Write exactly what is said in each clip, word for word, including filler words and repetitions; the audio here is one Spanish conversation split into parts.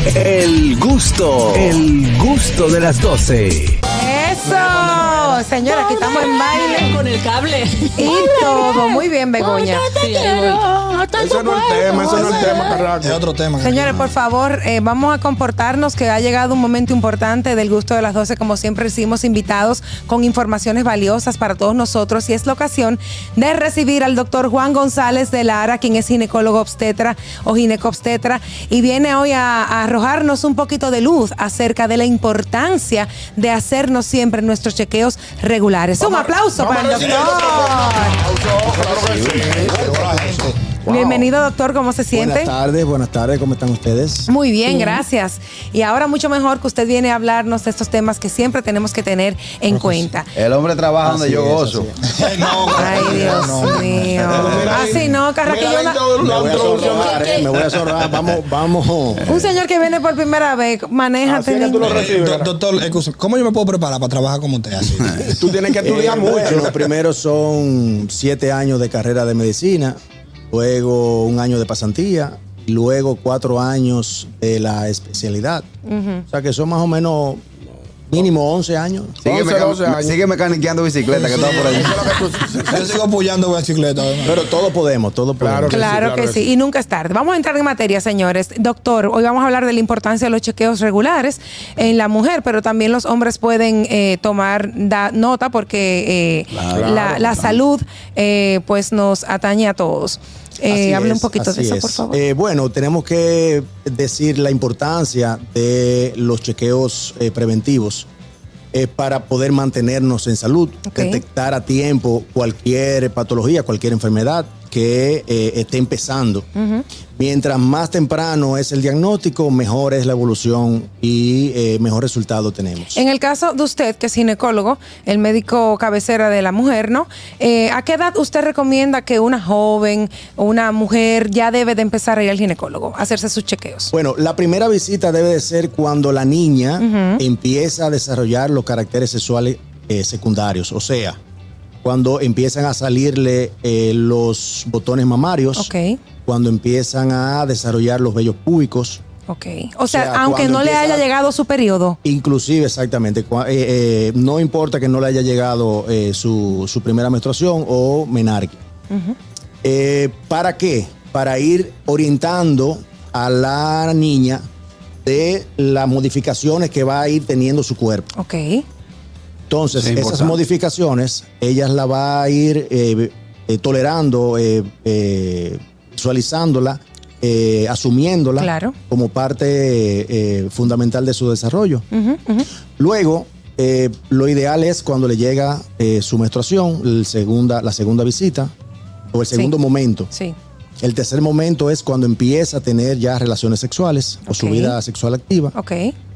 El gusto, el gusto de las doce. Eso, señora, aquí estamos en baile. Con el cable. Y todo. Muy bien, Begoña. Sí, ahí voy. Eso no es el tema, eso no es el tema, Carraco. Es otro tema. Señores, por favor, eh, vamos a comportarnos, que ha llegado un momento importante del gusto de las doce. Como siempre, recibimos invitados con informaciones valiosas para todos nosotros, y es la ocasión de recibir al doctor Juan González de Lara, quien es ginecólogo obstetra o ginecobstetra, y viene hoy a, a arrojarnos un poquito de luz acerca de la importancia de hacernos siempre nuestros chequeos regulares. Un aplauso para el doctor. Wow. Bienvenido, doctor, ¿cómo se siente? Buenas tardes, buenas tardes, ¿cómo están ustedes? Muy bien, bien, gracias. Y ahora mucho mejor que usted viene a hablarnos de estos temas que siempre tenemos que tener en Ojos. cuenta. El hombre trabaja donde Así yo es, gozo. así No, Ay, Dios no, no, mío. no. Así no, Carraquillo. Mira, una- la Me voy a zorrar, eh, me voy a zorrar. Vamos, vamos. Un señor que viene por primera vez, maneja. Así es que tú lo recibes. Do- doctor, escúchame, ¿cómo yo me puedo preparar para trabajar como usted? Así. Tú tienes que estudiar Eh, mucho. Bueno, primero son siete años de carrera de medicina, luego un año de pasantía, y luego cuatro años de la especialidad. O sea que son más o menos mínimo once años. Sigue, once, doce meca- años. sigue mecaniqueando bicicleta que está por ahí. Yo sigo apoyando bicicleta. Pero todos podemos, todos Claro podemos. que sí, Claro claro que que sí, sí. y nunca es tarde. Vamos a entrar en materia, señores. Doctor, hoy vamos a hablar de la importancia de los chequeos regulares en la mujer, pero también los hombres pueden eh, tomar da- nota porque eh, Claro, la, claro, la claro. salud eh, pues nos atañe a todos. Eh, Así hable un es, poquito de así eso, es. por favor. Eh, bueno, tenemos que decir la importancia de los chequeos eh, preventivos eh, para poder mantenernos en salud, Ok. detectar a tiempo cualquier patología, cualquier enfermedad que eh, esté empezando. Ujú. Mientras más temprano es el diagnóstico, mejor es la evolución y eh, mejor resultado tenemos. En el caso de usted, que es ginecólogo, el médico cabecera de la mujer, ¿no? Eh, ¿A qué edad usted recomienda que una joven o una mujer ya debe de empezar a ir al ginecólogo, a hacerse sus chequeos? Bueno, la primera visita debe de ser cuando la niña empieza a desarrollar los caracteres sexuales eh, secundarios, o sea, cuando empiezan a salirle eh, los botones mamarios, Ok, cuando empiezan a desarrollar los vellos púbicos, ok. O sea, sea, aunque cuando no le empieza- haya llegado su periodo. inclusive exactamente, cua- eh, eh, no importa que no le haya llegado eh, su, su primera menstruación o menarquia. Eh, ¿Para qué? Para ir orientando a la niña de las modificaciones que va a ir teniendo su cuerpo. Ok, Entonces, Sí, esas importante. modificaciones, ellas la va a ir eh, eh, tolerando, eh, eh, visualizándola, eh, asumiéndola Claro. como parte eh, fundamental de su desarrollo. ujú, ujú. Luego, eh, lo ideal es cuando le llega eh, su menstruación, el segunda, la segunda visita o el Sí. segundo momento. Sí, El tercer momento es cuando empieza a tener ya relaciones sexuales o su Ok. vida sexual activa. ok,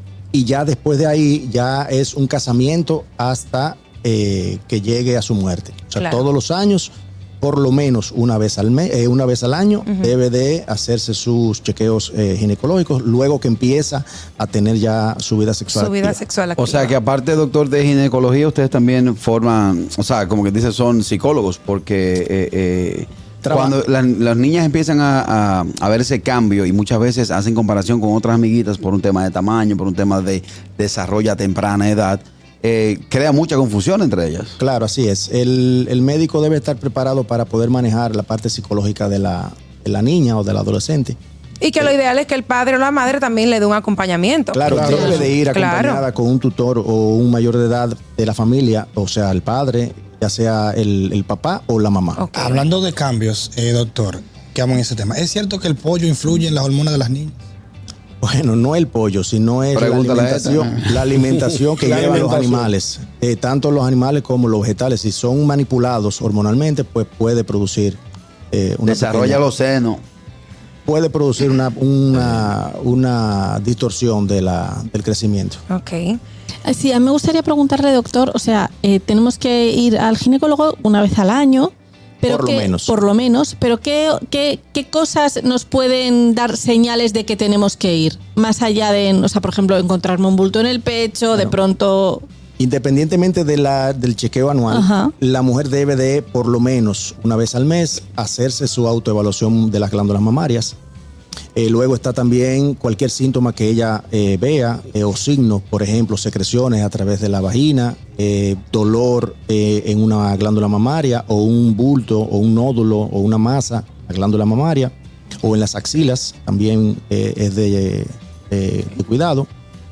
Y ya después de ahí ya es un casamiento hasta eh, que llegue a su muerte. O sea, Claro. todos los años, por lo menos una vez al mes, eh, una vez al año, debe de hacerse sus chequeos eh, ginecológicos, luego que empieza a tener ya su vida sexual. su vida activa. sexual activa. O sea que aparte, doctor, de ginecología, ustedes también forman, o sea, como que dice, son psicólogos, porque eh, eh, Traba- cuando la- las niñas empiezan a, a- a ver ese cambio y muchas veces hacen comparación con otras amiguitas por un tema de tamaño, por un tema de desarrollo a temprana edad, eh, crea mucha confusión entre ellas. Claro, así es. El, el médico debe estar preparado para poder manejar la parte psicológica de la, de la niña o del adolescente. Y que lo ideal es que el padre o la madre también le dé un acompañamiento. Claro, Claro. debe de ir acompañada Claro. con un tutor o un mayor de edad de la familia, o sea, el padre, ya sea el, el papá o la mamá. Ok. Ah, Hablando de cambios, eh, doctor, que amo en ese tema. ¿Es cierto que el pollo influye en las hormonas de las niñas? Bueno, no el pollo, sino es la Pregúntale a esta. alimentación, la alimentación que La llevan los alimentación. animales. Eh, tanto los animales como los vegetales, si son manipulados hormonalmente, pues puede producir eh, una Desarrolla pequeña- los senos. puede producir una, una, una distorsión de la, del crecimiento. Ok. Ay, Sí, a mí me gustaría preguntarle, doctor, o sea, eh, tenemos que ir al ginecólogo una vez al año, pero Por lo qué- menos. Por lo menos, pero ¿qué, qué, qué cosas nos pueden dar señales de que tenemos que ir? Más allá de, o sea, por ejemplo, encontrarme un bulto en el pecho, de pronto... Independientemente de la, del chequeo anual, Ajá. la mujer debe de, por lo menos una vez al mes, hacerse su autoevaluación de las glándulas mamarias. Eh, luego está también cualquier síntoma que ella eh, vea eh, o signos, por ejemplo, secreciones a través de la vagina, eh, dolor eh, en una glándula mamaria o un bulto o un nódulo o una masa, la glándula mamaria, o en las axilas, también eh, es de, eh, de cuidado.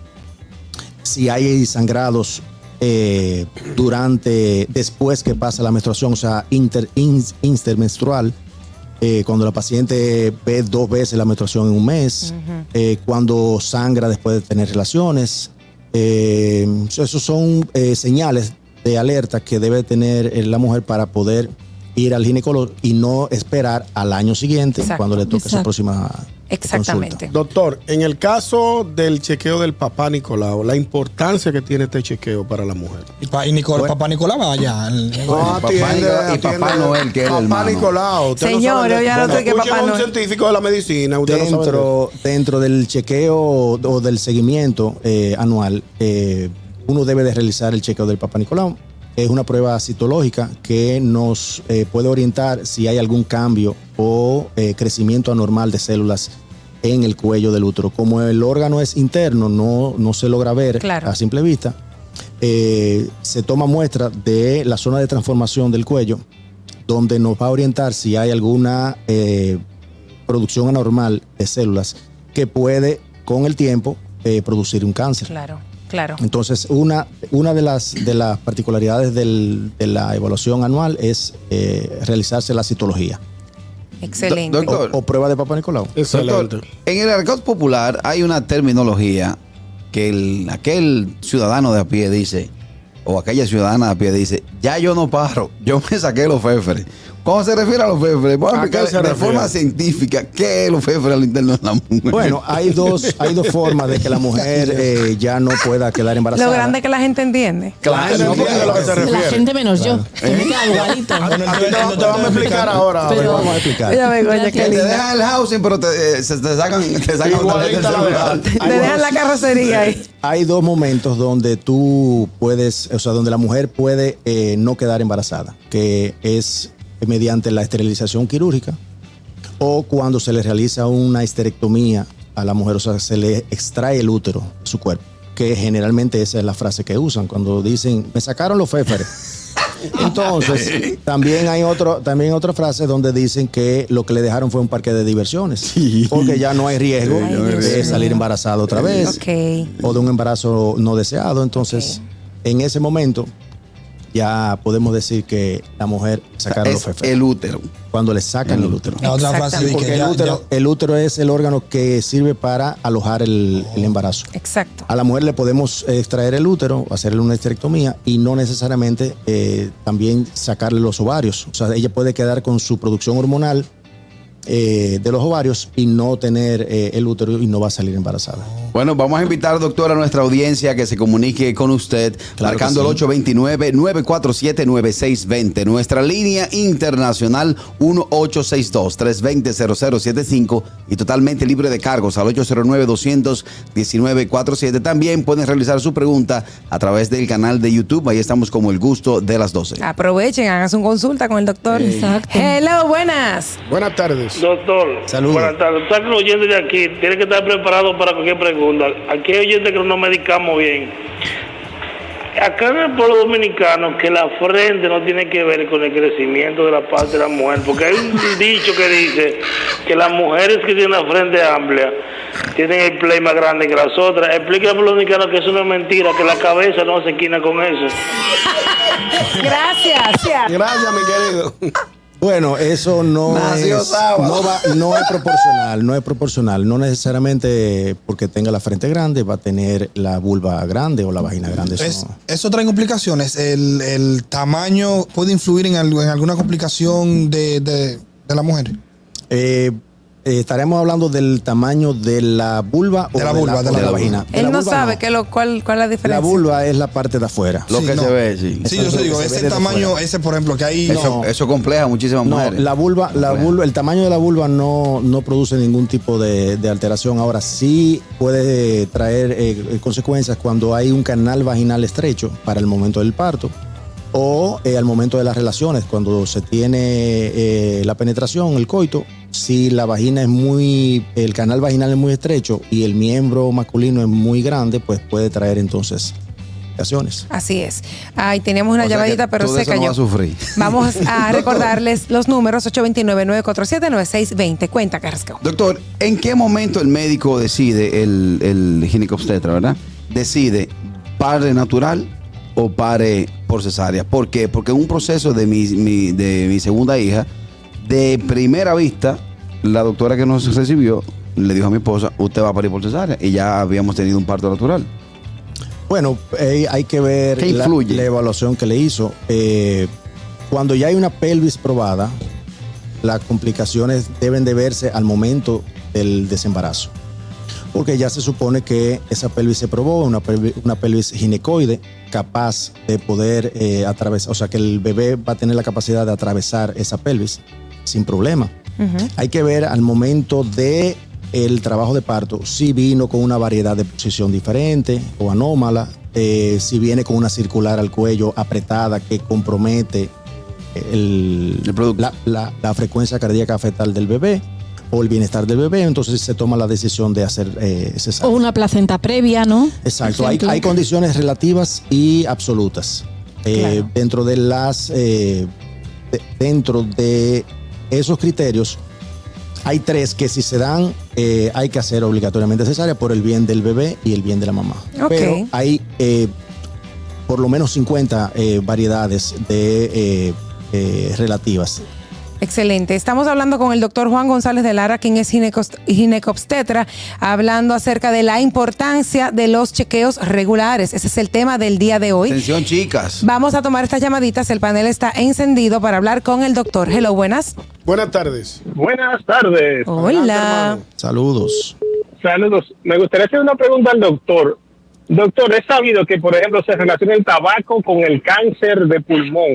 Si hay sangrados eh, durante, después que pasa la menstruación, o sea, inter, in, intermenstrual, Eh, cuando la paciente ve dos veces la menstruación en un mes, uh-huh. eh, cuando sangra después de tener relaciones. Eh, esos son eh, señales de alerta que debe tener eh, la mujer para poder ir al ginecólogo y no esperar al año siguiente. Exacto. Cuando le toque Exacto. su próxima Exactamente. Consulta. Doctor, en el caso del chequeo del papá Nicolau, la importancia que tiene este chequeo para la mujer. Y, pa, y Nicol, bueno. papá Nicolau va allá. El, no, papá atiende, Nicolau, y papá Noel, que es el papá Nicolau. Señor, no ya no sé qué papá Noel. Un científico de la medicina. Usted dentro, no sabe de dentro del chequeo o del seguimiento eh, anual, eh, uno debe de realizar el chequeo del papá Nicolau. Es una prueba citológica que nos eh, puede orientar si hay algún cambio o eh, crecimiento anormal de células en el cuello del útero. Como el órgano es interno, no, no se logra ver claro. a simple vista, eh, se toma muestra de la zona de transformación del cuello, donde nos va a orientar si hay alguna eh, producción anormal de células que puede, con el tiempo, eh, producir un cáncer. Claro. Claro. Entonces, una, una de, las, de las particularidades del, de la evaluación anual es eh, realizarse la citología. Excelente. Do, doctor, o, o prueba de papá Nicolau. Excelente. Doctor, en el argot popular hay una terminología que el, aquel ciudadano de a pie dice, o aquella ciudadana de a pie dice, ya yo no paro, yo me saqué los féferes. ¿Cómo se refiere a los féferes? Vamos a explicar de forma científica qué es los féferes al interno de la mujer. Bueno, hay dos, hay dos formas de que la mujer eh, ya no pueda quedar embarazada. Lo grande es que la gente entiende. Claro, no entiende lo que se refiere. La gente menos claro. yo. Que me queda igualito. No te vamos a explicar ahora. Pero vamos a explicar. Ya vengo, ya que te dejan el housing, pero te, eh, se, te sacan, te sacan igualita la verdad. Te dejan la carrocería ahí. Hay dos momentos donde tú puedes, o sea, donde la mujer puede eh, no quedar embarazada, que es mediante la esterilización quirúrgica o cuando se le realiza una histerectomía a la mujer, o sea, se le extrae el útero de su cuerpo, que generalmente esa es la frase que usan cuando dicen, me sacaron los féferes. Entonces, también hay otro, también otra frase donde dicen que lo que le dejaron fue un parque de diversiones, sí. porque ya no hay riesgo Ay, de Dios salir embarazada otra vez okay. o de un embarazo no deseado. Entonces, okay. en ese momento ya podemos decir que la mujer sacaron los féferes. El útero. Cuando le sacan el, el útero. La otra frase porque que el, ya, útero, ya. el útero es el órgano que sirve para alojar el, el embarazo. Exacto. A la mujer le podemos extraer el útero, hacerle una histerectomía y no necesariamente eh, también sacarle los ovarios. O sea, ella puede quedar con su producción hormonal eh, de los ovarios y no tener eh, el útero y no va a salir embarazada. Bueno, vamos a invitar, doctor, a nuestra audiencia que se comunique con usted, claro marcando sí. el ocho dos nueve, nueve cuatro siete, nueve seis dos cero. Nuestra línea internacional uno ocho seis dos, tres dos cero, cero cero siete cinco y totalmente libre de cargos al ocho cero nueve, dos uno nueve cuatro siete. También pueden realizar su pregunta a través del canal de YouTube. Ahí estamos como El Gusto de las doce. Aprovechen, hagan su consulta con el doctor. Sí. Exacto. Hello, buenas. Buenas tardes. Doctor, saludos. Buenas tardes. Usted que lo oyente de aquí tiene que estar preparado para cualquier pregunta. Aquí hay oyentes que no nos medicamos bien. Acá en el pueblo dominicano, que la frente no tiene que ver con el crecimiento de la parte de la mujer, porque hay un dicho que dice que las mujeres que tienen la frente amplia tienen el play más grande que las otras. Explica al pueblo dominicano que eso no es mentira, que la cabeza no se esquina con eso. Gracias. Gracias, mi querido. Bueno, eso no es, no, va, no es proporcional, no es proporcional. No necesariamente porque tenga la frente grande va a tener la vulva grande o la vagina grande. Eso, es, eso trae complicaciones. El, el tamaño puede influir en, algo, en alguna complicación de, de, de la mujer. Eh, Eh, estaremos hablando del tamaño de la vulva o de la, vulva, de la, de la, de la vagina. vagina. Él la no vulva sabe no. que lo, cuál, cuál es la diferencia. La vulva es la parte de afuera. Lo sí, que no. se ve, sí. Sí, yo se digo, ese tamaño, ese por ejemplo, que hay... Eso, no. eso compleja muchísimas No, mujeres. la vulva, la vulva, el tamaño de la vulva no, no produce ningún tipo de, de alteración. Ahora sí puede traer eh, consecuencias cuando hay un canal vaginal estrecho para el momento del parto o eh, al momento de las relaciones, cuando se tiene eh, la penetración, el coito, si la vagina es muy, el canal vaginal es muy estrecho y el miembro masculino es muy grande, pues puede traer entonces complicaciones. Así es. Ay, teníamos una O sea llamadita, que pero tú de se eso no cayó. vas a sufrir. Vamos a recordarles los números ocho dos nueve, nueve cuatro siete, nueve seis dos cero. Cuenta, Carrasco. Doctor, ¿en qué momento el médico decide, el, el ginecobstetra, ¿verdad? Decide pare natural o pare por cesárea? ¿Por qué? Porque en un proceso de mi, mi- de mi segunda hija, de primera vista, la doctora que nos recibió le dijo a mi esposa, usted va a parir por cesárea. Y ya habíamos tenido un parto natural. Bueno, eh, hay que ver ¿Qué la, influye? la evaluación que le hizo. Eh, cuando ya hay una pelvis probada, las complicaciones deben de verse al momento del desembarazo. Porque ya se supone que esa pelvis se probó, una pelvis, una pelvis ginecoide, capaz de poder eh, atravesar, o sea que el bebé va a tener la capacidad de atravesar esa pelvis sin problema. Ujú. Hay que ver al momento de el trabajo de parto si vino con una variedad de posición diferente o anómala, eh, si viene con una circular al cuello apretada que compromete el, El producto. la, la- la frecuencia cardíaca fetal del bebé o el bienestar del bebé, entonces se toma la decisión de hacer eh, O cesárea. una placenta previa, ¿no? Exacto, Por hay, ejemplo. hay condiciones relativas y absolutas. Eh, Claro. Dentro de las eh, de- dentro de esos criterios hay tres que si se dan eh, hay que hacer obligatoriamente cesárea por el bien del bebé y el bien de la mamá. Ok. Pero hay eh, por lo menos cincuenta eh, variedades de eh, eh, relativas. Excelente. Estamos hablando con el doctor Juan González de Lara, quien es ginecos- ginecobstetra, hablando acerca de la importancia de los chequeos regulares. Ese es el tema del día de hoy. Atención, chicas. Vamos a tomar estas llamaditas. El panel está encendido para hablar con el doctor. Hello, buenas. Buenas tardes. Buenas tardes. Hola. Saludos. Saludos. Me gustaría hacer una pregunta al doctor. Doctor, es sabido que, por ejemplo, se relaciona el tabaco con el cáncer de pulmón.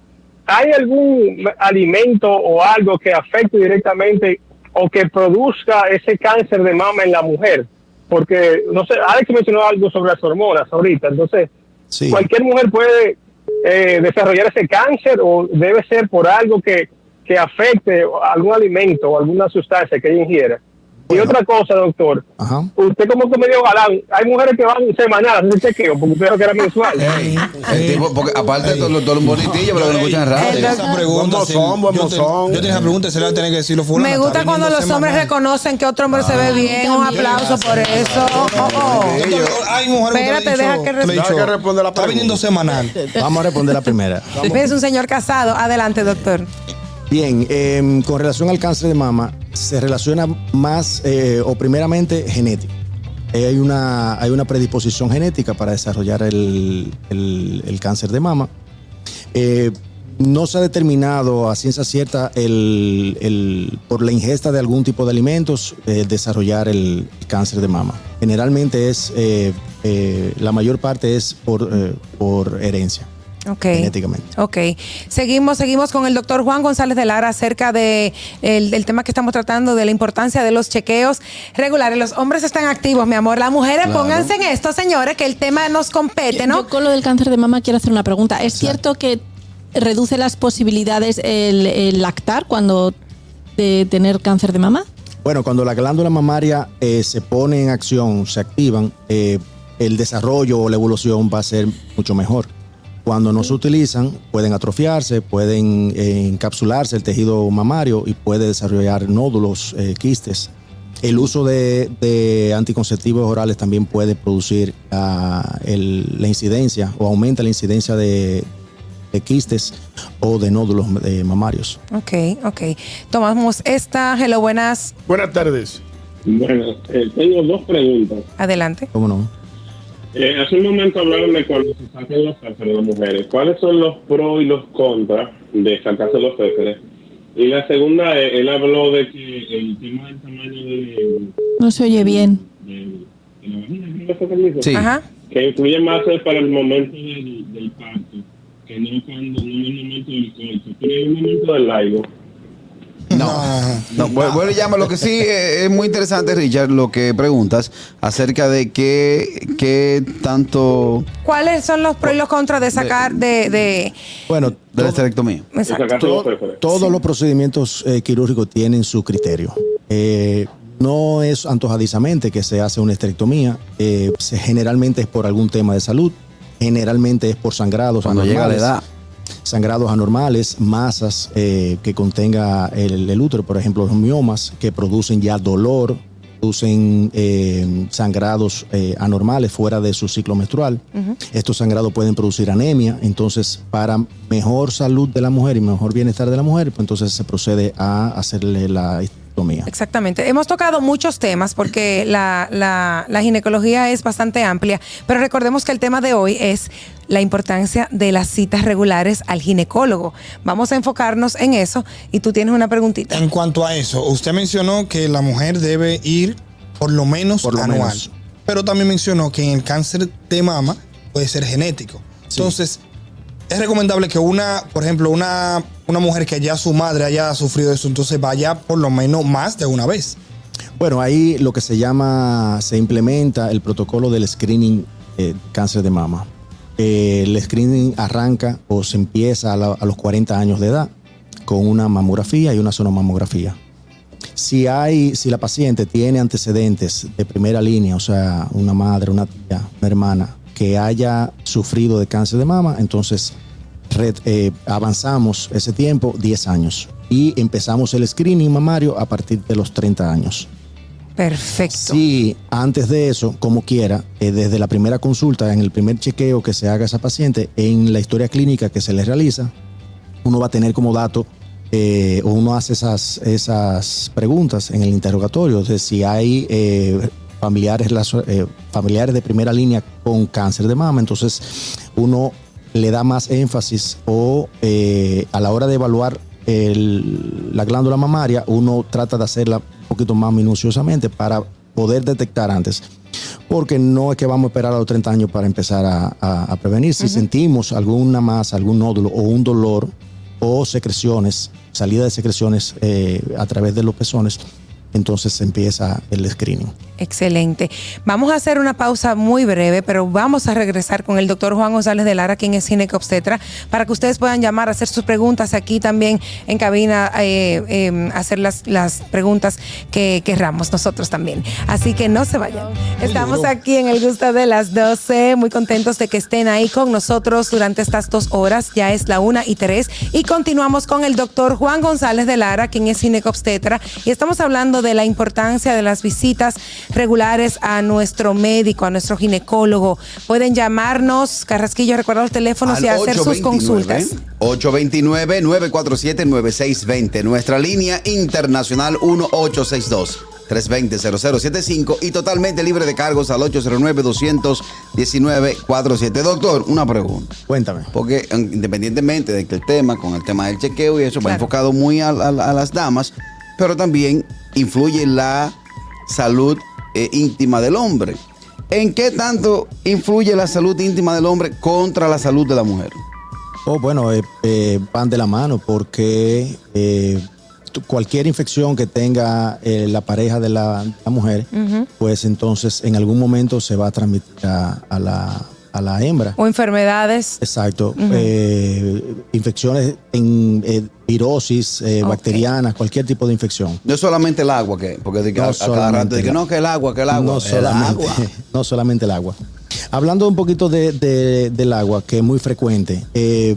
¿Hay algún alimento o algo que afecte directamente o que produzca ese cáncer de mama en la mujer? Porque, no sé, Alex mencionó algo sobre las hormonas ahorita. Entonces, Sí. ¿cualquier mujer puede eh, desarrollar ese cáncer o debe ser por algo que, que afecte algún alimento o alguna sustancia que ella ingiera? Bueno. Y otra cosa, doctor. Ajá. Usted como que medio galán, hay mujeres que van semanal a hacer chequeo, porque usted dijo que era mensual. Ey, el tipo, porque aparte de todo, todo un bonitillo, pero que lo escuchan en radio. El Esa pregunta, Buen sí, mozón, buen yo te- mozón. Yo tenía esa pregunta, se la voy a tener que decirlo fulano. Me está gusta cuando viniendo los hombres semanal. reconocen que otro hombre se ve bien. Un aplauso por eso. Oh, oh. Doctor, hay mujeres que Espérate, te he deja dicho- que te le he Deja dicho, que responda la está pregunta. viniendo semanal. Vamos a responder la primera. Es un señor casado. Adelante, doctor. Bien, eh, con relación al cáncer de mama, se relaciona más eh, o primeramente genético. Eh, hay, una, hay una predisposición genética para desarrollar el, el- el cáncer de mama. Eh, no se ha determinado a ciencia cierta el, el- por la ingesta de algún tipo de alimentos eh, desarrollar el cáncer de mama. Generalmente es, eh, eh, la mayor parte es por, eh, por herencia, Ok. genéticamente. Ok. Seguimos, seguimos con el doctor Juan González de Lara acerca de el, del tema que estamos tratando, de la importancia de los chequeos regulares. Los hombres están activos, mi amor. Las mujeres, Claro. pónganse en esto, señores, que el tema nos compete, ¿no? Yo con lo del cáncer de mama quiero hacer una pregunta. ¿Es cierto que reduce las posibilidades el, el lactar cuando de tener cáncer de mama? Bueno, cuando la glándula mamaria eh, se pone en acción, se activan, eh, el desarrollo o la evolución va a ser mucho mejor. Cuando no se utilizan, pueden atrofiarse, pueden eh, encapsularse el tejido mamario y puede desarrollar nódulos, eh, quistes. El uso de, de anticonceptivos orales también puede producir ah, el- la incidencia o aumenta la incidencia de, de quistes o de nódulos eh, mamarios. Ok, ok. Tomamos esta. Hello, buenas. Buenas tardes. Bueno, eh, tengo dos preguntas. Adelante. ¿Cómo no? Eh, hace un momento hablaron de cuando se sacan los féceres las mujeres. ¿Cuáles son los pros y los contras de sacarse los féceres? Y la segunda, eh, él habló de que el tema del tamaño de, No se oye bien. de, de la vagina, creo que fue que dijo, Sí. Ajá. que influye más es para el momento del, del parto, que no cuando no en el momento del coito, pero en el momento del laigo. No, no, bueno, bueno, llama. Lo que sí eh, es muy interesante, Richard, lo que preguntas acerca de qué, qué tanto... ¿Cuáles son los pros y los contras de sacar de... de Bueno, de la esterectomía? Exacto. Todo- todos los procedimientos eh, quirúrgicos tienen su criterio. Eh, no es antojadizamente que se hace una esterectomía. Eh, se- generalmente es por algún tema de salud. Generalmente es por sangrados Cuando llega anormales. la edad. Sangrados anormales, masas eh, que contenga el, el útero, por ejemplo, los miomas que producen ya dolor, producen eh, sangrados eh, anormales fuera de su ciclo menstrual. Ujú. Estos sangrados pueden producir anemia, entonces para mejor salud de la mujer y mejor bienestar de la mujer, pues entonces se procede a hacerle la esterectomía. Exactamente. Hemos tocado muchos temas porque la, la, la ginecología es bastante amplia, pero recordemos que el tema de hoy es la importancia de las citas regulares al ginecólogo. Vamos a enfocarnos en eso y tú tienes una preguntita. En cuanto a eso, usted mencionó que la mujer debe ir por lo menos Por lo anual. menos. Pero también mencionó que en el cáncer de mama puede ser genético. Sí. Entonces, es recomendable que una, por ejemplo, una, una mujer que ya su madre haya sufrido eso, entonces vaya por lo menos más de una vez. Bueno, ahí lo que se llama, se implementa el protocolo del screening eh, cáncer de mama. Eh, el screening arranca o se empieza a, la- a los cuarenta años de edad con una mamografía y una sonomamografía. Si hay, si la paciente tiene antecedentes de primera línea, o sea, una madre, una tía, una hermana que haya sufrido de cáncer de mama, entonces red- eh, avanzamos ese tiempo diez años y empezamos el screening mamario a partir de los treinta años. Perfecto. Si antes de eso, como quiera, eh, desde la primera consulta, en el primer chequeo que se haga a esa paciente, en la historia clínica que se le realiza, uno va a tener como dato, eh, o uno hace esas, esas preguntas en el interrogatorio, de si hay eh, familiares, relacio- eh, familiares de primera línea con cáncer de mama, entonces uno le da más énfasis o eh, a la hora de evaluar el- la glándula mamaria, uno trata de hacerla un poquito más minuciosamente para poder detectar antes. Porque no es que vamos a esperar a los treinta años para empezar a, a- a prevenir. Si sentimos alguna masa, algún nódulo o un dolor o secreciones, salida de secreciones eh, a través de los pezones, entonces se empieza el screening. Excelente. Vamos a hacer una pausa muy breve, pero vamos a regresar con el doctor Juan González de Lara, quien es ginecobstetra, para que ustedes puedan llamar, hacer sus preguntas aquí también en cabina, eh, eh, hacer las, las preguntas que querramos nosotros también. Así que no se vayan. Estamos aquí en el gusto de las doce, muy contentos de que estén ahí con nosotros durante estas dos horas. Ya es la una y tres y continuamos con el doctor Juan González de Lara, quien es ginecobstetra, y estamos hablando de la importancia de las visitas regulares a nuestro médico, a nuestro ginecólogo. Pueden llamarnos, Carrasquillo, recuerda los teléfonos y hacer sus consultas. ocho dos nueve, nueve cuatro siete, nueve seis dos cero. Nuestra línea internacional uno ocho seis dos, tres dos cero, cero cero siete cinco y totalmente libre de cargos al ocho cero nueve, dos uno nueve, cuatro siete. Doctor, una pregunta. Cuéntame. Porque eh, independientemente de que el tema, con el tema del chequeo y eso, va Claro. enfocado muy a, a- a las damas, pero también influye la salud eh, íntima del hombre. ¿En qué tanto influye la salud íntima del hombre contra la salud de la mujer? Oh, bueno, eh, eh, van de la mano porque eh, tu- cualquier infección que tenga eh, la pareja de la, la mujer, pues entonces en algún momento se va a transmitir a, a la, a la hembra. O enfermedades. Exacto. Eh, infecciones en eh, virosis, eh, Ok. bacterianas, cualquier tipo de infección. No es solamente el agua, que, porque de que No a, a cada solamente rato de que el- no, que el agua, que el agua. No el solamente, agua. no solamente el agua. Hablando un poquito de, de- del agua, que es muy frecuente, eh,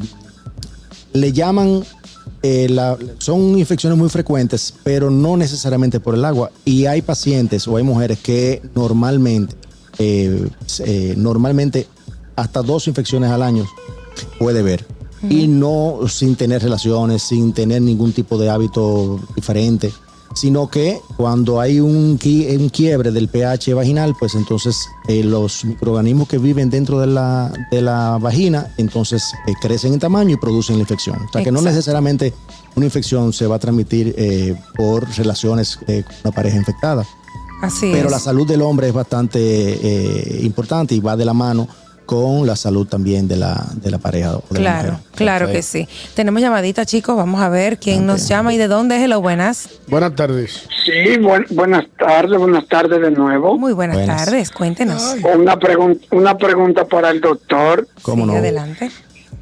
le llaman, eh, la- son infecciones muy frecuentes, pero no necesariamente por el agua. Y hay pacientes o hay mujeres que normalmente, eh, eh, normalmente hasta dos infecciones al año puede ver. Y no sin tener relaciones, sin tener ningún tipo de hábito diferente, sino que cuando hay un, qui- un quiebre del pH vaginal, pues entonces eh, los microorganismos que viven dentro de la, de la vagina, entonces eh, crecen en tamaño y producen la infección. O sea que no Exacto. necesariamente una infección se va a transmitir eh, por relaciones eh, con una pareja infectada. Así Pero es. la salud del hombre es bastante eh, importante y va de la mano con la salud también de la, de la pareja. O de Claro, la mujer. claro que sí. Tenemos llamadita, chicos. Vamos a ver quién nos llama y de dónde es. Hello, buenas. Buenas tardes. Sí, buen- buenas tardes, buenas tardes de nuevo. Muy buenas, Buenas. tardes. Cuéntenos. Una, pregun- una pregunta para el doctor. ¿Cómo Sigue no? adelante.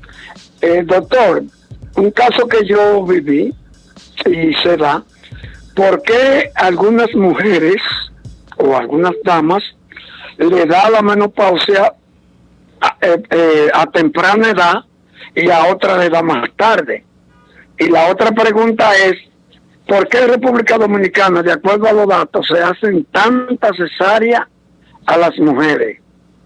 Eh, doctor, un caso que yo viví y se da, ¿por qué algunas mujeres o algunas damas le da la menopausia a, eh, eh, a temprana edad y a otra le da más tarde? Y la otra pregunta es, ¿por qué en República Dominicana, de acuerdo a los datos, se hacen tantas cesáreas a las mujeres?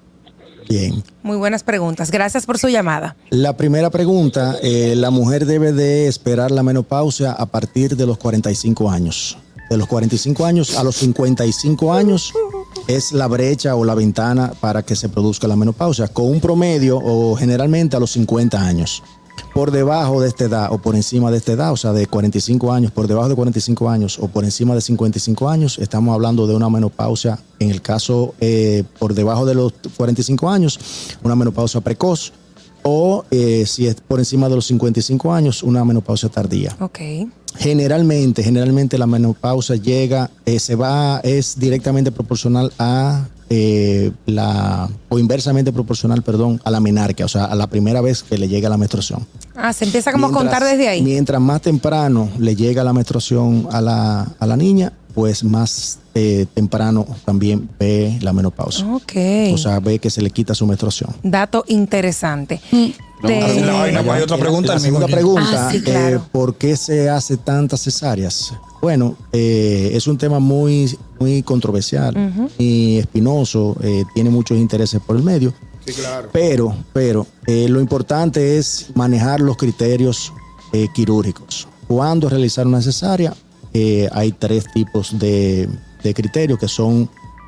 Bien. Muy buenas preguntas. Gracias por su llamada. La primera pregunta, eh, la mujer debe de esperar la menopausia a partir de los cuarenta y cinco años. De los cuarenta y cinco años a los cincuenta y cinco años es la brecha o la ventana para que se produzca la menopausia, con un promedio o generalmente a los cincuenta años. Por debajo de esta edad o por encima de esta edad, o sea, de cuarenta y cinco años, por debajo de cuarenta y cinco años o por encima de cincuenta y cinco años, estamos hablando de una menopausia, en el caso eh, por debajo de los cuarenta y cinco años, una menopausia precoz, o eh, si es por encima de los cincuenta y cinco años, una menopausia tardía. Ok. Generalmente, generalmente la menopausia llega, eh, se va, es directamente proporcional a eh, la, o inversamente proporcional, perdón, a la menarquia, o sea, a la primera vez que le llega la menstruación. Ah, se empieza como a Mientras- contar desde ahí. Mientras más temprano le llega la menstruación a la, a la niña, pues más eh, temprano también ve la menopausia. Ok. O sea, ve que se le quita su menstruación. Dato interesante. No, Te- no, no, no, hay otra pregunta. La el mismo segunda que- pregunta, Ah, sí, claro. eh, ¿por qué se hace tantas cesáreas? Bueno, eh, es un tema muy, muy controversial y espinoso, eh, tiene muchos intereses por el medio. Sí, claro. Pero, pero eh, lo importante es manejar los criterios eh, quirúrgicos. Cuando realizar una cesárea, eh, hay tres tipos de, de criterios que son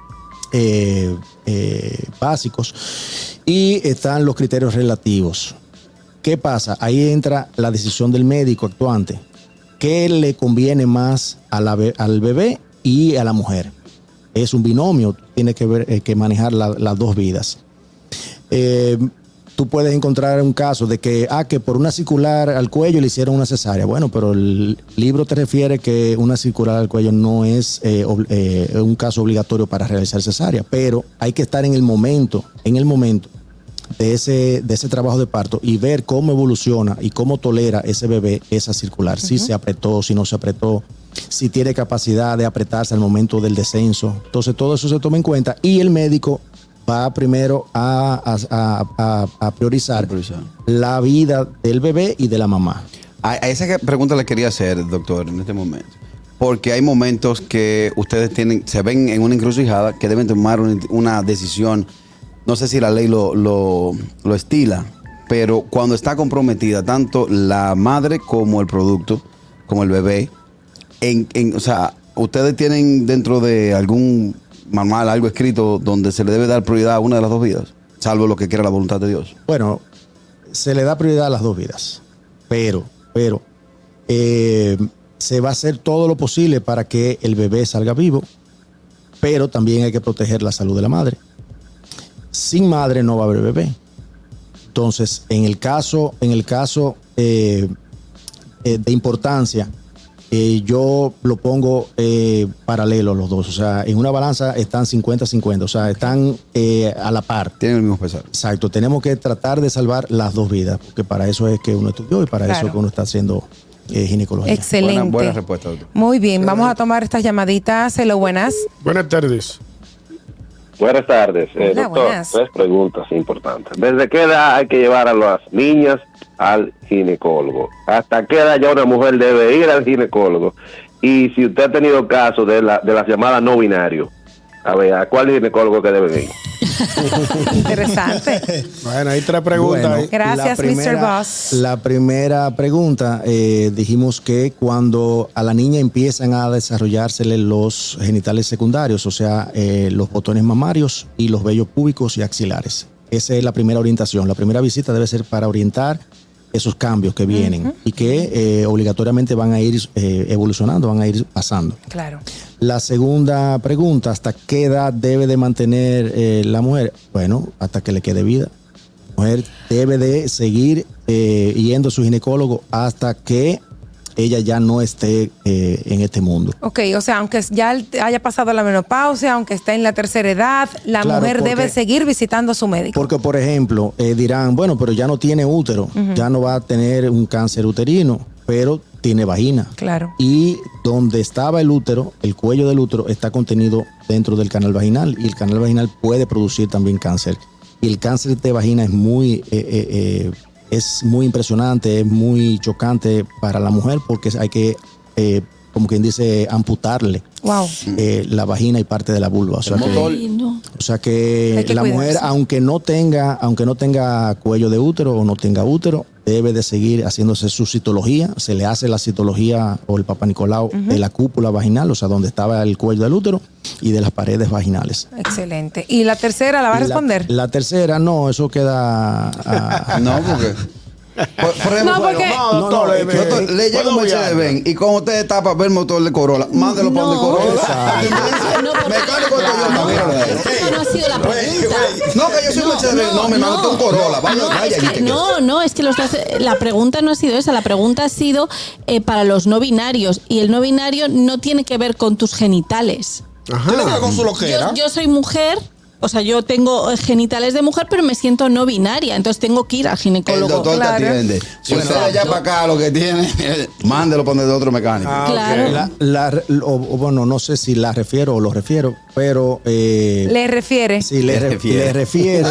eh, eh, básicos y están los criterios relativos. ¿Qué pasa? Ahí entra la decisión del médico actuante. ¿Qué le conviene más a la be- al bebé y a la mujer? Es un binomio, tiene que, ver, eh, que manejar la- las dos vidas. Eh, tú puedes encontrar un caso de que, ah, que por una circular al cuello le hicieron una cesárea. Bueno, pero el libro te refiere que una circular al cuello no es eh, ob- eh, un caso obligatorio para realizar cesárea, pero hay que estar en el momento, en el momento de ese, de ese trabajo de parto y ver cómo evoluciona y cómo tolera ese bebé esa circular. Si se apretó, si no se apretó, si tiene capacidad de apretarse al momento del descenso. Entonces todo eso se toma en cuenta y el médico va primero a, a- a- a- a priorizar Priorizar. la vida del bebé y de la mamá. A, a esa que- pregunta le quería hacer, doctor, en este momento. Porque hay momentos que ustedes tienen, se ven en una encrucijada que deben tomar una, una decisión. No sé si la ley lo, lo, lo estila, pero cuando está comprometida tanto la madre como el producto, como el bebé, en, en- o sea, ustedes tienen dentro de algún manual, algo escrito donde se le debe dar prioridad a una de las dos vidas, salvo lo que quiera la voluntad de Dios. Bueno, se le da prioridad a las dos vidas, pero, pero eh, se va a hacer todo lo posible para que el bebé salga vivo, pero también hay que proteger la salud de la madre. Sin madre no va a haber bebé. Entonces, en el caso, en el caso eh, eh, de importancia, eh, yo lo pongo eh, paralelo los dos. O sea, en una balanza están cincuenta cincuenta, o sea, están eh, a la par. Tienen el mismo pesar. Exacto, tenemos que tratar de salvar las dos vidas, porque para eso es que uno estudió y para Claro. eso es que uno está haciendo eh, ginecología. Excelente. Buena, buena respuesta, doctor. Muy bien, vamos a tomar estas llamaditas. Hello, buenas. Buenas tardes. Buenas tardes, eh, Hola, doctor. buenas. Tres preguntas importantes. ¿Desde qué edad hay que llevar a las niñas al ginecólogo? ¿Hasta qué edad ya una mujer debe ir al ginecólogo? Y si usted ha tenido casos de, la, de las llamadas no binarios, a ver, ¿a cuál ginecólogo que deben ir? Interesante. Bueno, hay tres preguntas. Bueno, ahí. Gracias, la primera- mister Boss. La primera pregunta, eh, dijimos que cuando a la niña empiezan a desarrollársele los genitales secundarios, o sea, eh, los botones mamarios y los vellos púbicos y axilares. Esa es la primera orientación. La primera visita debe ser para orientar esos cambios que vienen y que eh, obligatoriamente van a ir eh, evolucionando, van a ir pasando. Claro. La segunda pregunta, ¿hasta qué edad debe de mantener eh, la mujer? Bueno, hasta que le quede vida. mujer debe de seguir eh, yendo a su ginecólogo hasta que ella ya no esté eh, en este mundo. Ok, o sea, aunque ya haya pasado la menopausia, aunque esté en la tercera edad, la Claro, mujer porque- debe seguir visitando a su médico. Porque, por ejemplo, eh, dirán, bueno, pero ya no tiene útero, Ujú. ya no va a tener un cáncer uterino, pero tiene vagina. Claro. Y donde estaba el útero, el cuello del útero está contenido dentro del canal vaginal y el canal vaginal puede producir también cáncer. Y el cáncer de vagina es muy, eh, eh, eh, es muy impresionante, es muy chocante para la mujer porque hay que, eh, como quien dice, amputarle Wow. eh, la vagina y parte de la vulva. O sea que, Ay, no. o sea que, Hay que la cuidarse. mujer, aunque no tenga, aunque no tenga cuello de útero o no tenga útero, debe de seguir haciéndose su citología. Se le hace la citología o el Papa Nicolau Ujú. de la cúpula vaginal, o sea, donde estaba el cuello del útero y de las paredes vaginales. Excelente. ¿Y la tercera la va a La- responder? La, tercera, no, eso queda. ah, No, porque. Por, por ejemplo, No, porque- No, No, doctor, no, eh, es que- doctor, le llega un ¿puedo Mercedes guiarlo? Benz y cuando usted tapa ver el motor de Corolla, mándelo para donde No. Corolla. No, porque- Mecánico de Toyota, No, míralo ahí. esa no ha sido la pregunta. No, que yo soy Mercedes Benz. No, mi hermano, usted es un Corolla. Vaya, No, vaya. es y que- que- no, no, es que los dos- la pregunta no ha sido esa, la pregunta ha sido eh, para los no binarios y el no binario no tiene que ver con tus genitales. Ajá. Tiene que ver con su loquera. Yo, yo soy mujer, o sea, yo tengo eh, genitales de mujer, pero me siento no binaria, entonces tengo que ir al El ginecólogo. doctor Claro. te atiende. Si usted de allá para acá lo que tiene, mándelo para donde otro mecánico. Ah, Claro. ok. la, la- o, o bueno, no sé si la refiero o lo refiero, pero. eh, Le refiere. Sí, le, Le re- refiere. le refiere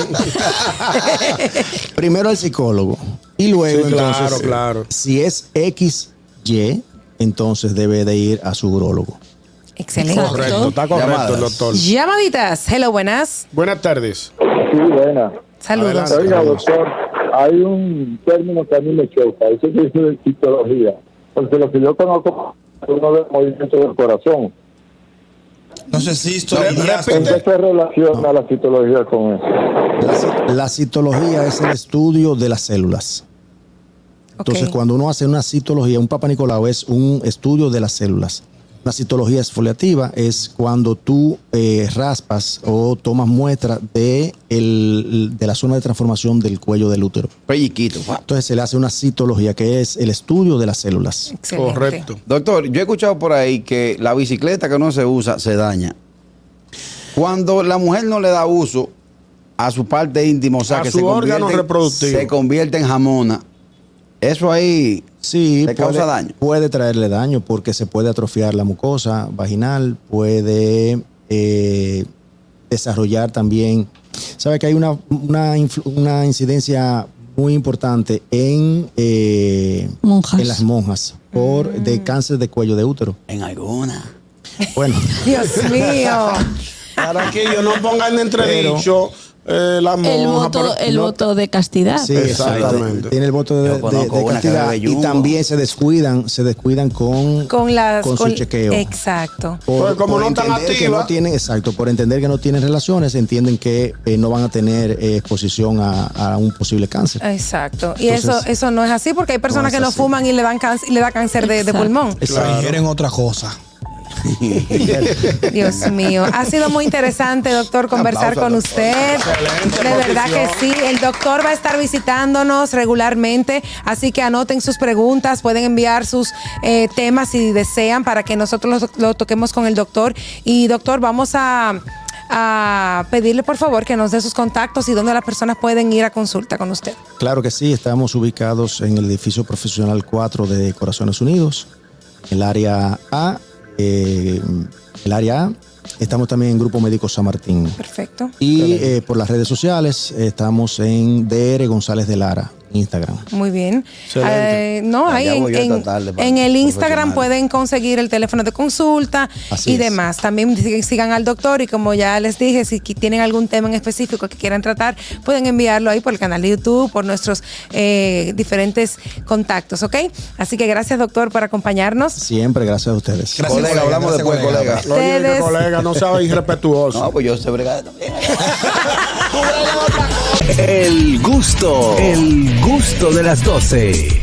primero al psicólogo y luego Sí, claro, entonces claro. si es X Y, entonces debe de ir a su urólogo. Excelente. Correcto, está correcto, Llamadas. doctor. Llamaditas. Hello, buenas. Buenas tardes. Sí, buena. Saludos. Adelante. Oiga, doctor, hay un término que a mí me choca, eso que dice de psicología, porque lo que yo conozco es uno de los movimientos del corazón. No sé si esto Re- ¿En repite. qué se relaciona la citología con eso? La, ci- la citología es el estudio de las células. Entonces, Ok. cuando uno hace una citología, un Papa Nicolau es un estudio de las células. Una citología exfoliativa es cuando tú eh, raspas o tomas muestra de, el- de la zona de transformación del cuello del útero. Pelliquito. Entonces se le hace una citología, que es el estudio de las células. Excelente. Correcto. Doctor, yo he escuchado por ahí que la bicicleta que no se usa se daña. Cuando la mujer no le da uso a su parte íntima, o sea, A que su se órgano convierte, reproductivo. se convierte en jamona, eso ahí Sí, ¿Le causa daño? Puede traerle daño porque se puede atrofiar la mucosa vaginal, puede eh, desarrollar también. Sabe que hay una, una, influ- una incidencia muy importante en, eh, Monjas. en las monjas por de cáncer de cuello de útero. en alguna. Bueno, Dios mío. Para que ellos no pongan en entredicho eh, la monja. El voto, pero- el no- voto de castidad. sí, Exactamente. exactamente. Tiene el voto de, Yo de- conozco de una que castidad bebe y Jumbo. también se descuidan, se descuidan con, Con las. con su chequeo. Exacto. Pues como no están entender que activas. no tienen, exacto, por entender que no tienen relaciones, entienden que eh, no van a tener eh, exposición a, a un posible cáncer. Exacto. Y Entonces, eso eso no es así porque hay personas no es que no así. fuman y le dan cáncer, y le da cáncer de, de Exacto. pulmón. Se ingieren otra cosa. Dios mío. Ha sido muy interesante, doctor, conversar aplauso con al usted. Excelente De verdad que posición. sí. El doctor va a estar visitándonos regularmente, así que anoten sus preguntas, pueden enviar sus eh, temas si desean para que nosotros lo, lo toquemos con el doctor. Y doctor, vamos a, a pedirle por favor que nos dé sus contactos y dónde las personas pueden ir a consulta con usted. Claro que sí, estamos ubicados en el edificio profesional cuatro de Corazones Unidos, el área A, eh, el área A. Estamos también en Grupo Médico San Martín. Perfecto. Y eh, por las redes sociales estamos en D R González de Lara, Instagram. Muy bien. Excelente. Eh, no, ahí Allá en, voy yo esta en- tarde para en el el Instagram profesional. pueden conseguir el teléfono de consulta Así y es. demás. También sig- sigan al doctor y como ya les dije, si qui- tienen algún tema en específico que quieran tratar, pueden enviarlo ahí por el canal de YouTube, por nuestros eh, diferentes contactos, ¿ok? Así que gracias, doctor, por acompañarnos. Siempre gracias a ustedes. Gracias, Colega, colega, hablamos gracias, después, colega. colega. Oye, que Ustedes- colega, no sabe irrespetuoso. No, pues yo sé bregar también. El gusto, el gusto de las doce.